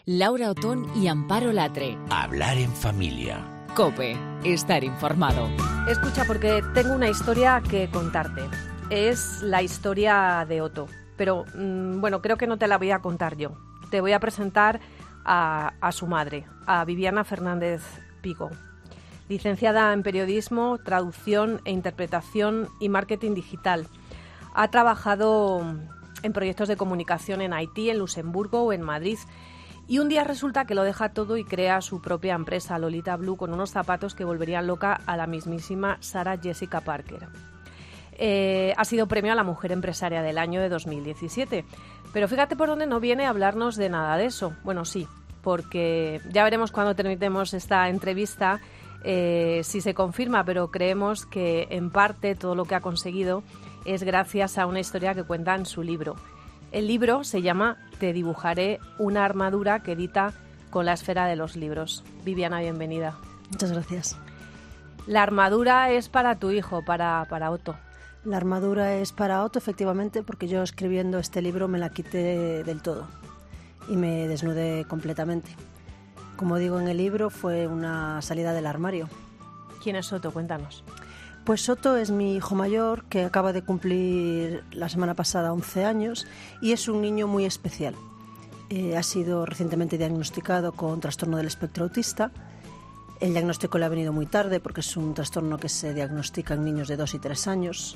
Laura Otón y Amparo Latre. Hablar en familia. COPE. Estar informado. Escucha, porque tengo una historia que contarte. Es la historia de Otto. Pero, bueno, creo que no te la voy a contar yo. Te voy a presentar a su madre, a Viviana Fernández Pigo. Licenciada en Periodismo, Traducción e Interpretación y Marketing Digital. Ha trabajado en proyectos de comunicación en Haití, en Luxemburgo o en Madrid. Y un día resulta que lo deja todo y crea su propia empresa, Lolita Blue, con unos zapatos que volverían loca a la mismísima Sarah Jessica Parker. Ha sido premio a la Mujer Empresaria del Año de 2017. Pero fíjate por dónde no viene a hablarnos de nada de eso. Bueno, sí, porque ya veremos cuando terminemos esta entrevista si se confirma, pero creemos que en parte todo lo que ha conseguido es gracias a una historia que cuenta en su libro. El libro se llama Te dibujaré una armadura, que edita con La Esfera de los Libros. Viviana, bienvenida. Muchas gracias. La armadura es para tu hijo, para Otto. La armadura es para Otto, efectivamente, porque yo escribiendo este libro me la quité del todo y me desnudé completamente. Como digo en el libro, fue una salida del armario. ¿Quién es Otto? Cuéntanos. Pues Otto es mi hijo mayor, que acaba de cumplir la semana pasada 11 años y es un niño muy especial. Ha sido recientemente diagnosticado con trastorno del espectro autista. El diagnóstico le ha venido muy tarde porque es un trastorno que se diagnostica en niños de 2 y 3 años.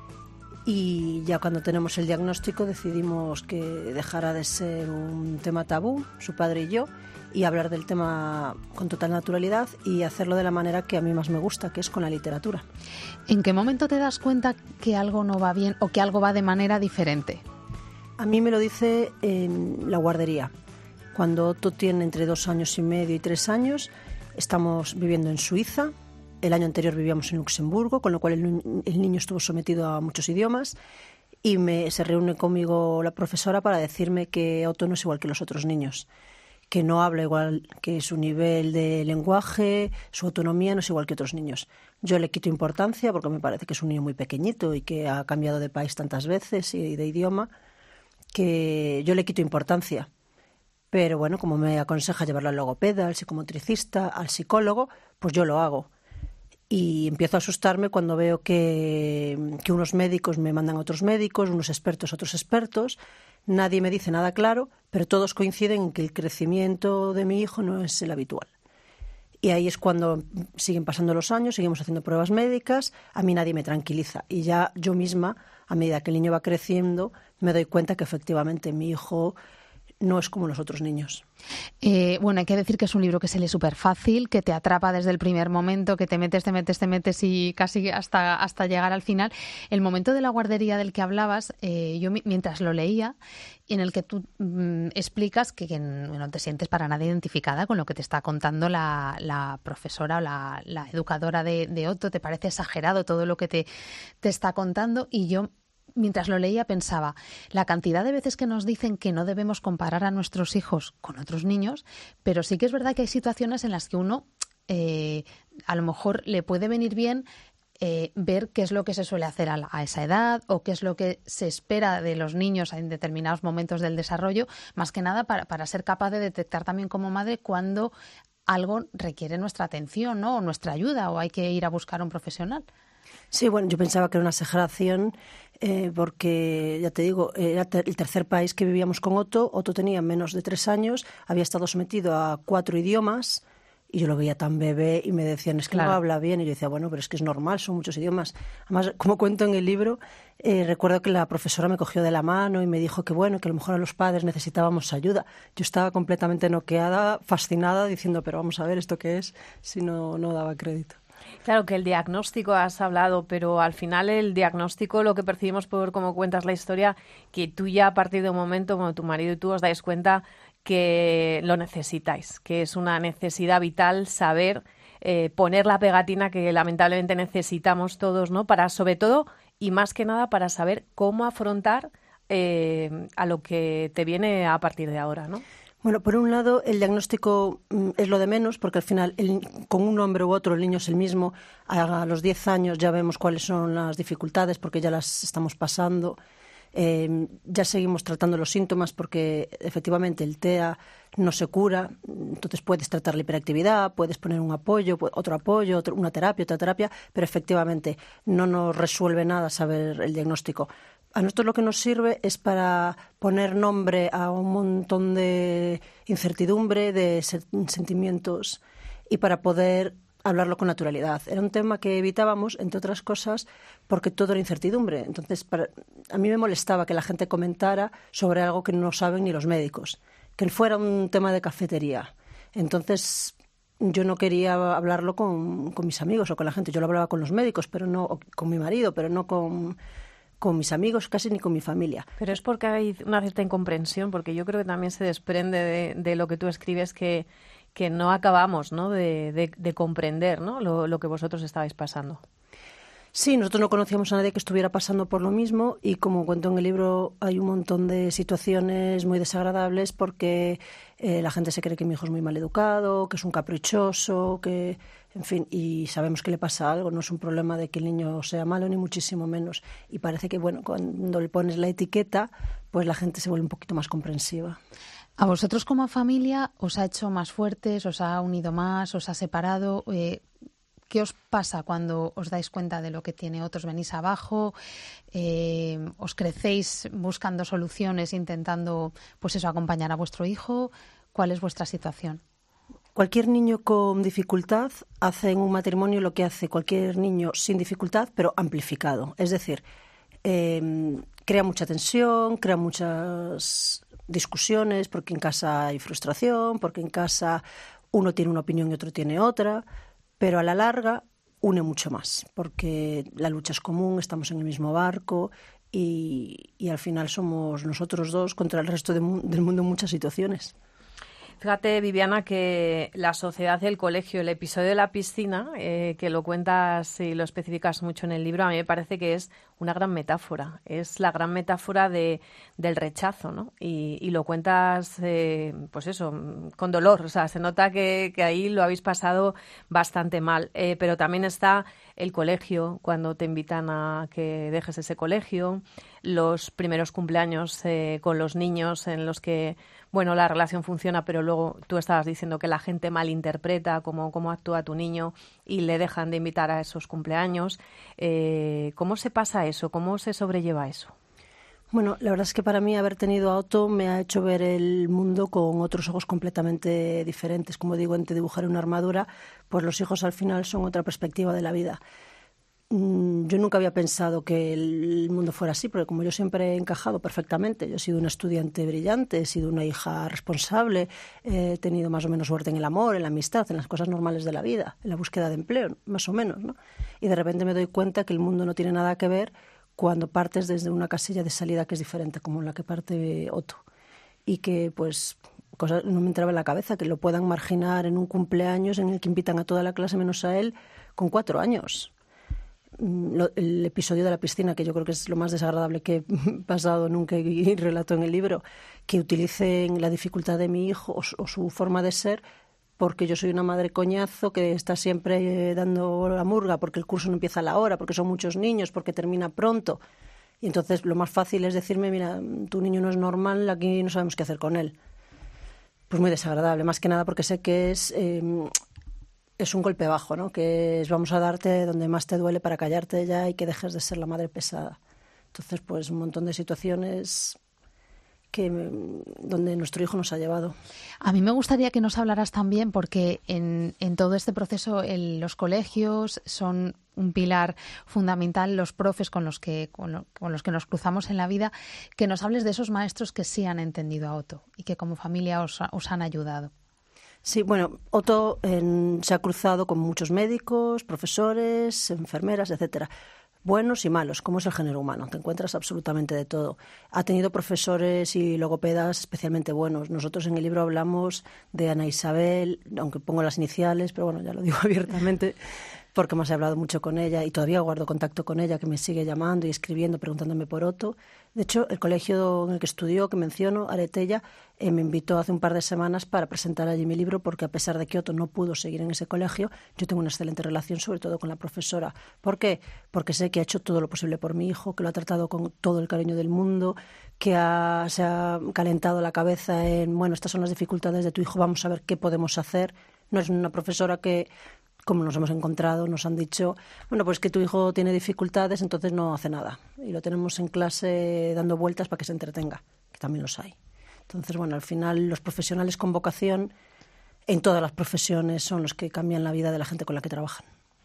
Y ya cuando tenemos el diagnóstico decidimos que dejara de ser un tema tabú, su padre y yo, y hablar del tema con total naturalidad y hacerlo de la manera que a mí más me gusta, que es con la literatura. ¿En qué momento te das cuenta que algo no va bien o que algo va de manera diferente? A mí me lo dice en la guardería. Cuando Otto tiene entre 2 años y medio y 3 años, estamos viviendo en Suiza. El año anterior vivíamos en Luxemburgo, con lo cual el niño estuvo sometido a muchos idiomas y se reúne conmigo la profesora para decirme que Otto no es igual que los otros niños, que no habla igual, que su nivel de lenguaje, su autonomía no es igual que otros niños. Yo le quito importancia porque me parece que es un niño muy pequeñito y que ha cambiado de país tantas veces y de idioma, que yo le quito importancia. Pero bueno, como me aconseja llevarlo al logopeda, al psicomotricista, al psicólogo, pues yo lo hago. Y empiezo a asustarme cuando veo que unos médicos me mandan a otros médicos, unos expertos a otros expertos. Nadie me dice nada claro, pero todos coinciden en que el crecimiento de mi hijo no es el habitual. Y ahí es cuando siguen pasando los años, seguimos haciendo pruebas médicas, a mí nadie me tranquiliza. Y ya yo misma, a medida que el niño va creciendo, me doy cuenta que efectivamente mi hijo no es como los otros niños. Bueno, hay que decir que es un libro que se lee súper fácil, que te atrapa desde el primer momento, que te metes y casi hasta llegar al final. El momento de la guardería del que hablabas, yo mientras lo leía, en el que tú explicas que no te sientes para nada identificada con lo que te está contando la profesora o la educadora de Otto, te parece exagerado todo lo que te está contando, y yo mientras lo leía pensaba, la cantidad de veces que nos dicen que no debemos comparar a nuestros hijos con otros niños, pero sí que es verdad que hay situaciones en las que uno a lo mejor le puede venir bien ver qué es lo que se suele hacer a esa edad o qué es lo que se espera de los niños en determinados momentos del desarrollo, más que nada para ser capaz de detectar también como madre cuando algo requiere nuestra atención, ¿no? O nuestra ayuda, o hay que ir a buscar a un profesional. Sí, bueno, yo pensaba que era una exageración porque, ya te digo, era el tercer país que vivíamos con Otto. Otto tenía menos de 3 años, había estado sometido a 4 idiomas y yo lo veía tan bebé y me decían, es que claro, no habla bien. Y yo decía, bueno, pero es que es normal, son muchos idiomas. Además, como cuento en el libro, recuerdo que la profesora me cogió de la mano y me dijo que bueno, que a lo mejor a los padres necesitábamos ayuda. Yo estaba completamente noqueada, fascinada, diciendo, pero vamos a ver, ¿esto qué es? Si no daba crédito. Claro que el diagnóstico has hablado, pero al final el diagnóstico, lo que percibimos por cómo cuentas la historia, que tú ya a partir de un momento, cuando tu marido y tú os dais cuenta que lo necesitáis, que es una necesidad vital saber poner la pegatina que lamentablemente necesitamos todos, ¿no? Para, sobre todo, y más que nada, para saber cómo afrontar a lo que te viene a partir de ahora, ¿no? Bueno, por un lado, el diagnóstico es lo de menos, porque al final, con un nombre u otro, el niño es el mismo. A los 10 años ya vemos cuáles son las dificultades, porque ya las estamos pasando. Ya seguimos tratando los síntomas porque efectivamente el TEA no se cura, entonces puedes tratar la hiperactividad, puedes poner un apoyo, otro apoyo, una terapia, otra terapia, pero efectivamente no nos resuelve nada saber el diagnóstico. A nosotros lo que nos sirve es para poner nombre a un montón de incertidumbre, de sentimientos y para poder hablarlo con naturalidad. Era un tema que evitábamos, entre otras cosas, porque todo era incertidumbre. Entonces, a mí me molestaba que la gente comentara sobre algo que no saben ni los médicos, que fuera un tema de cafetería. Entonces, yo no quería hablarlo con mis amigos o con la gente. Yo lo hablaba con los médicos, pero no con mi marido, pero no con mis amigos, casi ni con mi familia. Pero es porque hay una cierta incomprensión, porque yo creo que también se desprende de lo que tú escribes que no acabamos, ¿no?, de comprender, ¿no?, lo que vosotros estabais pasando. Sí, nosotros no conocíamos a nadie que estuviera pasando por lo mismo y como cuento en el libro hay un montón de situaciones muy desagradables porque la gente se cree que mi hijo es muy mal educado, que es un caprichoso, que, en fin, y sabemos que le pasa algo, no es un problema de que el niño sea malo ni muchísimo menos. Y parece que, bueno, cuando le pones la etiqueta, pues la gente se vuelve un poquito más comprensiva. ¿A vosotros como familia os ha hecho más fuertes, os ha unido más, os ha separado? ¿Qué os pasa cuando os dais cuenta de lo que tiene otros? ¿Venís abajo? ¿Os crecéis buscando soluciones, intentando, pues eso, acompañar a vuestro hijo? ¿Cuál es vuestra situación? Cualquier niño con dificultad hace en un matrimonio lo que hace cualquier niño sin dificultad, pero amplificado. Es decir, crea mucha tensión, crea muchas discusiones, porque en casa hay frustración, porque en casa uno tiene una opinión y otro tiene otra, pero a la larga une mucho más, porque la lucha es común, estamos en el mismo barco y al final somos nosotros dos contra el resto del mundo en muchas situaciones. Fíjate, Viviana, que la sociedad del colegio, el episodio de la piscina, que lo cuentas y lo especificas mucho en el libro, a mí me parece que es una gran metáfora. Es la gran metáfora del rechazo, ¿no? Y lo cuentas, pues eso, con dolor. O sea, se nota que ahí lo habéis pasado bastante mal. Pero también está el colegio, cuando te invitan a que dejes ese colegio, los primeros cumpleaños con los niños en los que, bueno, la relación funciona, pero luego tú estabas diciendo que la gente malinterpreta cómo actúa tu niño y le dejan de invitar a esos cumpleaños. ¿Cómo se pasa eso? ¿Cómo se sobrelleva eso? Bueno, la verdad es que para mí haber tenido a Otto me ha hecho ver el mundo con otros ojos completamente diferentes. Como digo, entre dibujar una armadura, pues los hijos al final son otra perspectiva de la vida. Yo nunca había pensado que el mundo fuera así, porque como yo siempre he encajado perfectamente, yo he sido una estudiante brillante, he sido una hija responsable, he tenido más o menos suerte en el amor, en la amistad, en las cosas normales de la vida, en la búsqueda de empleo, más o menos, ¿no? Y de repente me doy cuenta que el mundo no tiene nada que ver cuando partes desde una casilla de salida que es diferente, como la que parte Otto. Y que, pues, cosas no me entraba en la cabeza, que lo puedan marginar en un cumpleaños en el que invitan a toda la clase menos a él con 4 años. El episodio de la piscina, que yo creo que es lo más desagradable que he pasado nunca y relato en el libro, que utilicen la dificultad de mi hijo o su forma de ser, porque yo soy una madre coñazo que está siempre dando la murga, porque el curso no empieza a la hora, porque son muchos niños, porque termina pronto. Y entonces lo más fácil es decirme, mira, tu niño no es normal, aquí no sabemos qué hacer con él. Pues muy desagradable, más que nada porque sé que es un golpe bajo, ¿no? Que es vamos a darte donde más te duele para callarte ya y que dejes de ser la madre pesada. Entonces, pues un montón de situaciones donde nuestro hijo nos ha llevado. A mí me gustaría que nos hablaras también, porque en todo este proceso los colegios son un pilar fundamental, los profes con los que nos cruzamos en la vida, que nos hables de esos maestros que sí han entendido a Otto y que como familia os han ayudado. Sí, bueno, Otto se ha cruzado con muchos médicos, profesores, enfermeras, etcétera. Buenos y malos, como es el género humano. Te encuentras absolutamente de todo. Ha tenido profesores y logopedas especialmente buenos. Nosotros en el libro hablamos de Ana Isabel, aunque pongo las iniciales, pero bueno, ya lo digo abiertamente. porque hemos hablado mucho con ella y todavía guardo contacto con ella, que me sigue llamando y escribiendo, preguntándome por Otto. De hecho, el colegio en el que estudió, que menciono, Aretella, me invitó hace un par de semanas para presentar allí mi libro, porque a pesar de que Otto no pudo seguir en ese colegio, yo tengo una excelente relación, sobre todo con la profesora. ¿Por qué? Porque sé que ha hecho todo lo posible por mi hijo, que lo ha tratado con todo el cariño del mundo, que se ha calentado la cabeza en, bueno, estas son las dificultades de tu hijo, vamos a ver qué podemos hacer. No es una profesora que, como nos hemos encontrado, nos han dicho, bueno, pues que tu hijo tiene dificultades, entonces no hace nada. Y lo tenemos en clase dando vueltas para que se entretenga, que también los hay. Entonces, bueno, al final los profesionales con vocación en todas las profesiones son los que cambian la vida de la gente con la que trabajan.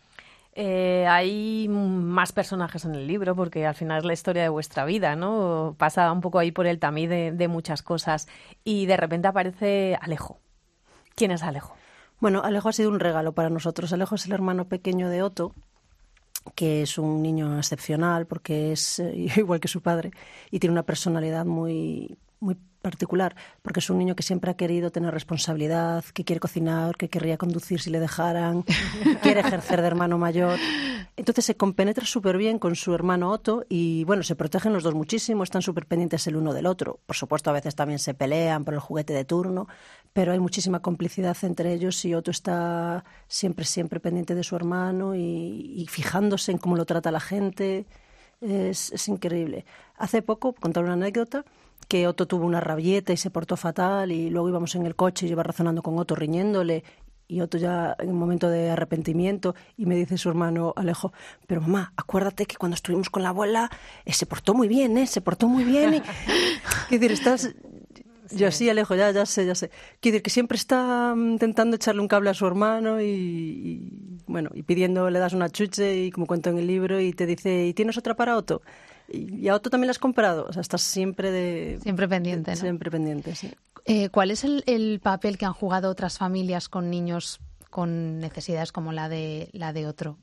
Hay más personajes en el libro porque al final es la historia de vuestra vida, ¿no? Pasa un poco ahí por el tamiz de muchas cosas y de repente aparece Alejo. ¿Quién es Alejo? Bueno, Alejo ha sido un regalo para nosotros. Alejo es el hermano pequeño de Otto, que es un niño excepcional porque es igual que su padre y tiene una personalidad muy, muy particular, porque es un niño que siempre ha querido tener responsabilidad, que quiere cocinar, que querría conducir si le dejaran, quiere ejercer de hermano mayor. Entonces se compenetra súper bien con su hermano Otto y, bueno, se protegen los dos muchísimo, están súper pendientes el uno del otro. Por supuesto, a veces también se pelean por el juguete de turno, pero hay muchísima complicidad entre ellos y Otto está siempre, siempre pendiente de su hermano y fijándose en cómo lo trata la gente. Es increíble. Hace poco, contar una anécdota, que Otto tuvo una rabieta y se portó fatal y luego íbamos en el coche y yo iba razonando con Otto, riñéndole, y Otto ya en un momento de arrepentimiento y me dice su hermano Alejo, pero mamá, acuérdate que cuando estuvimos con la abuela se portó muy bien, se portó muy bien. Quiero decir, estás... Yo sí, Alejo, ya sé. Quiero decir que siempre está intentando echarle un cable a su hermano y bueno, y pidiendo, le das una chuche y como cuento en el libro y te dice, ¿y tienes otra para Otto? ¿Y a Otto también la has comprado? O sea, estás siempre pendiente, ¿no? Siempre pendiente, sí. ¿Cuál es el papel que han jugado otras familias con niños con necesidades como la de Otto?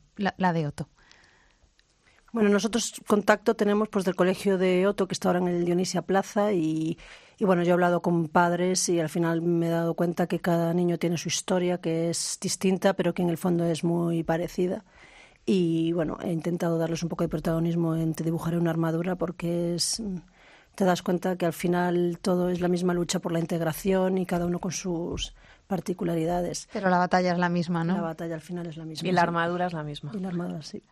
Bueno, nosotros contacto tenemos pues del colegio de Otto, que está ahora en el Dionisia Plaza, y bueno, yo he hablado con padres y al final me he dado cuenta que cada niño tiene su historia, que es distinta, pero que en el fondo es muy parecida. Y bueno, he intentado darles un poco de protagonismo en Te dibujaré una armadura, porque te das cuenta que al final todo es la misma lucha por la integración y cada uno con sus particularidades. Pero la batalla es la misma, ¿no? La batalla al final es la misma. Y la armadura es la misma. Y la armadura, sí.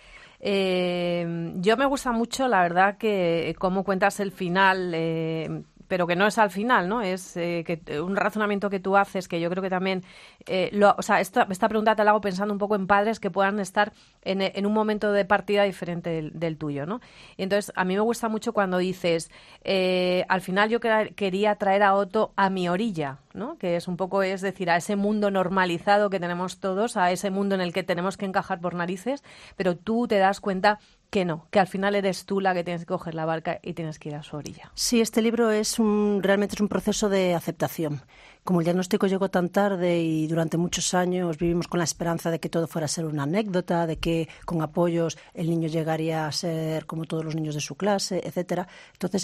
Yo me gusta mucho, la verdad, que cómo cuentas el final, pero que no es al final, ¿no? Es que un razonamiento que tú haces, que yo creo que también... esta pregunta te la hago pensando un poco en padres que puedan estar en un momento de partida diferente del tuyo, ¿no? Y entonces, a mí me gusta mucho cuando dices, al final yo quería traer a Otto a mi orilla, ¿no? Que es un poco, es decir, a ese mundo normalizado que tenemos todos, a ese mundo en el que tenemos que encajar por narices, pero tú te das cuenta que no, que al final eres tú la que tienes que coger la barca y tienes que ir a su orilla. Sí, este libro realmente es un proceso de aceptación. Como el diagnóstico llegó tan tarde y durante muchos años vivimos con la esperanza de que todo fuera a ser una anécdota, de que con apoyos el niño llegaría a ser como todos los niños de su clase, etcétera. Entonces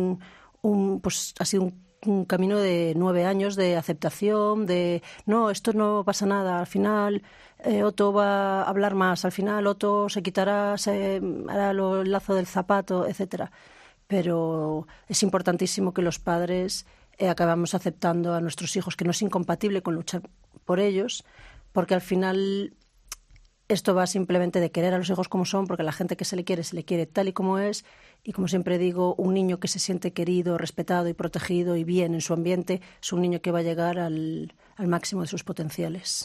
pues ha sido un camino de 9 años de aceptación, de no, esto no pasa nada, al final Otto va a hablar más, al final Otto se quitará, se hará el lazo del zapato, etcétera. Pero es importantísimo que los padres acabamos aceptando a nuestros hijos, que no es incompatible con luchar por ellos, porque al final esto va simplemente de querer a los hijos como son, porque la gente que se le quiere tal y como es. Y como siempre digo, un niño que se siente querido, respetado y protegido y bien en su ambiente es un niño que va a llegar al máximo de sus potenciales.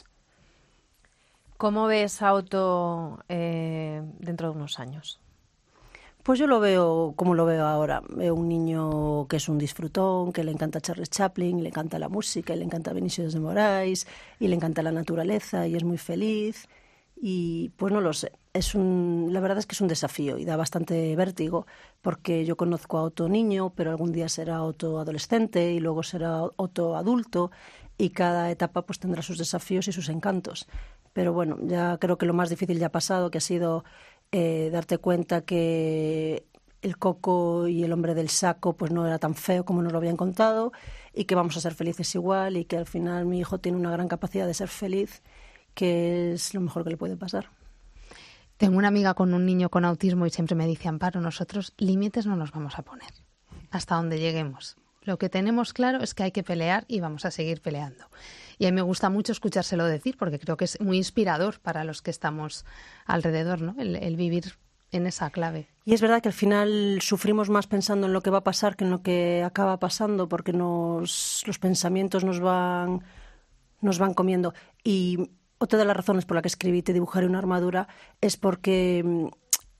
¿Cómo ves a Otto dentro de unos años? Pues yo lo veo como lo veo ahora. Veo un niño que es un disfrutón, que le encanta Charles Chaplin, le encanta la música, y le encanta Vinicius de Moraes, y le encanta la naturaleza, y es muy feliz. Y pues no lo sé, la verdad es que es un desafío y da bastante vértigo, porque yo conozco a Otto niño, pero algún día será Otto adolescente y luego será Otto adulto, y cada etapa pues tendrá sus desafíos y sus encantos. Pero bueno, ya creo que lo más difícil ya ha pasado, que ha sido darte cuenta que el coco y el hombre del saco pues no era tan feo como nos lo habían contado, y que vamos a ser felices igual, y que al final mi hijo tiene una gran capacidad de ser feliz, que es lo mejor que le puede pasar. Tengo una amiga con un niño con autismo y siempre me dice, Amparo, nosotros límites no nos vamos a poner hasta donde lleguemos. Lo que tenemos claro es que hay que pelear y vamos a seguir peleando. Y a mí me gusta mucho escuchárselo decir porque creo que es muy inspirador para los que estamos alrededor, ¿no? El vivir en esa clave. Y es verdad que al final sufrimos más pensando en lo que va a pasar que en lo que acaba pasando, porque los pensamientos nos van comiendo. Y otra de las razones por la que escribí Te dibujaré una armadura es porque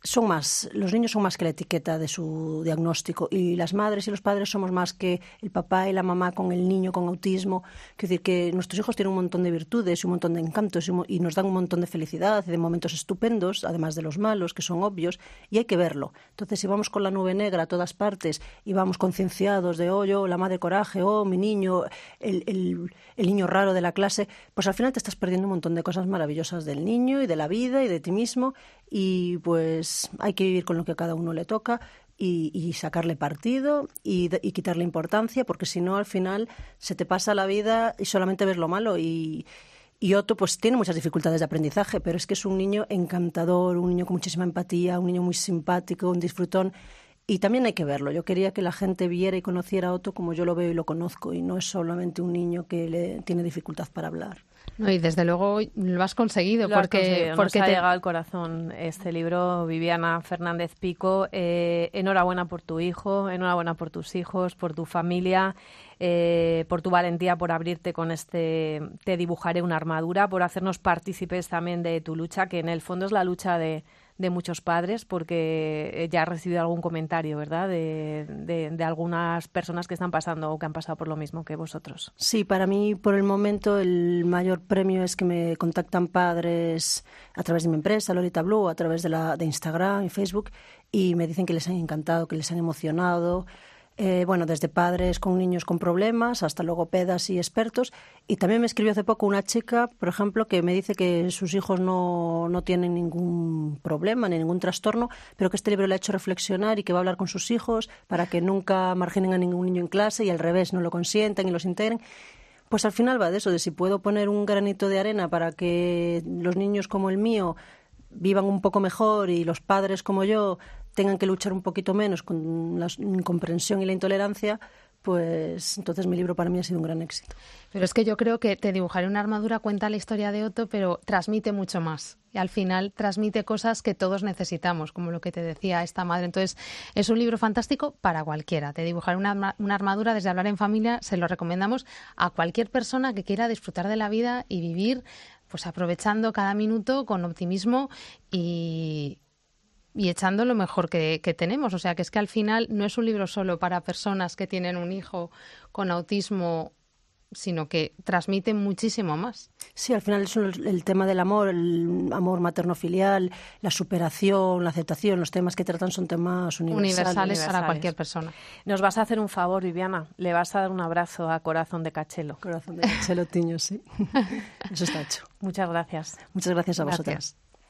los niños son más que la etiqueta de su diagnóstico, y las madres y los padres somos más que el papá y la mamá con el niño con autismo. Quiero decir que nuestros hijos tienen un montón de virtudes y un montón de encantos y nos dan un montón de felicidad y de momentos estupendos, además de los malos, que son obvios, y hay que verlo. Entonces, si vamos con la nube negra a todas partes y vamos concienciados de, yo, la madre coraje, mi niño, el niño raro de la clase, pues al final te estás perdiendo un montón de cosas maravillosas del niño y de la vida y de ti mismo, y pues hay que vivir con lo que a cada uno le toca y sacarle partido y quitarle importancia, porque si no, al final se te pasa la vida y solamente ves lo malo. Y Otto pues tiene muchas dificultades de aprendizaje, pero es que es un niño encantador, un niño con muchísima empatía, un niño muy simpático, un disfrutón. Y también hay que verlo. Yo quería que la gente viera y conociera a Otto como yo lo veo y lo conozco, y no es solamente un niño que tiene dificultad para hablar. No, y desde luego lo has conseguido. Nos ha llegado al corazón este libro, Viviana Fernández Pico. Enhorabuena por tu hijo, enhorabuena por tus hijos, por tu familia, por tu valentía, por abrirte con este Te dibujaré una armadura, por hacernos partícipes también de tu lucha, que en el fondo es la lucha de muchos padres, porque ya has recibido algún comentario, ¿verdad?, de algunas personas que están pasando o que han pasado por lo mismo que vosotros. Sí, para mí, por el momento, el mayor premio es que me contactan padres a través de mi empresa, Lolita Blue, a través de Instagram y Facebook, y me dicen que les han encantado, que les han emocionado. Desde padres con niños con problemas hasta logopedas y expertos. Y también me escribió hace poco una chica, por ejemplo, que me dice que sus hijos no tienen ningún problema ni ningún trastorno, pero que este libro le ha hecho reflexionar y que va a hablar con sus hijos para que nunca marginen a ningún niño en clase y al revés, no lo consientan y los integren. Pues al final va de eso, de si puedo poner un granito de arena para que los niños como el mío vivan un poco mejor y los padres como yo tengan que luchar un poquito menos con la incomprensión y la intolerancia, pues entonces mi libro para mí ha sido un gran éxito. Pero es que yo creo que Te dibujaré una armadura cuenta la historia de Otto, pero transmite mucho más. Y al final transmite cosas que todos necesitamos, como lo que te decía esta madre. Entonces, es un libro fantástico para cualquiera. Te dibujaré una armadura, desde Hablar en Familia, se lo recomendamos a cualquier persona que quiera disfrutar de la vida y vivir pues aprovechando cada minuto con optimismo y echando lo mejor que tenemos. O sea, que es que al final no es un libro solo para personas que tienen un hijo con autismo, sino que transmite muchísimo más. Sí, al final es el tema del amor, el amor materno-filial, la superación, la aceptación, los temas que tratan son temas universales para cualquier persona. Nos vas a hacer un favor, Viviana, le vas a dar un abrazo a Corazón de Cachelo. Corazón de Cachelo, Tiño, sí. Eso está hecho. Muchas gracias. Muchas gracias a vosotras. Gracias.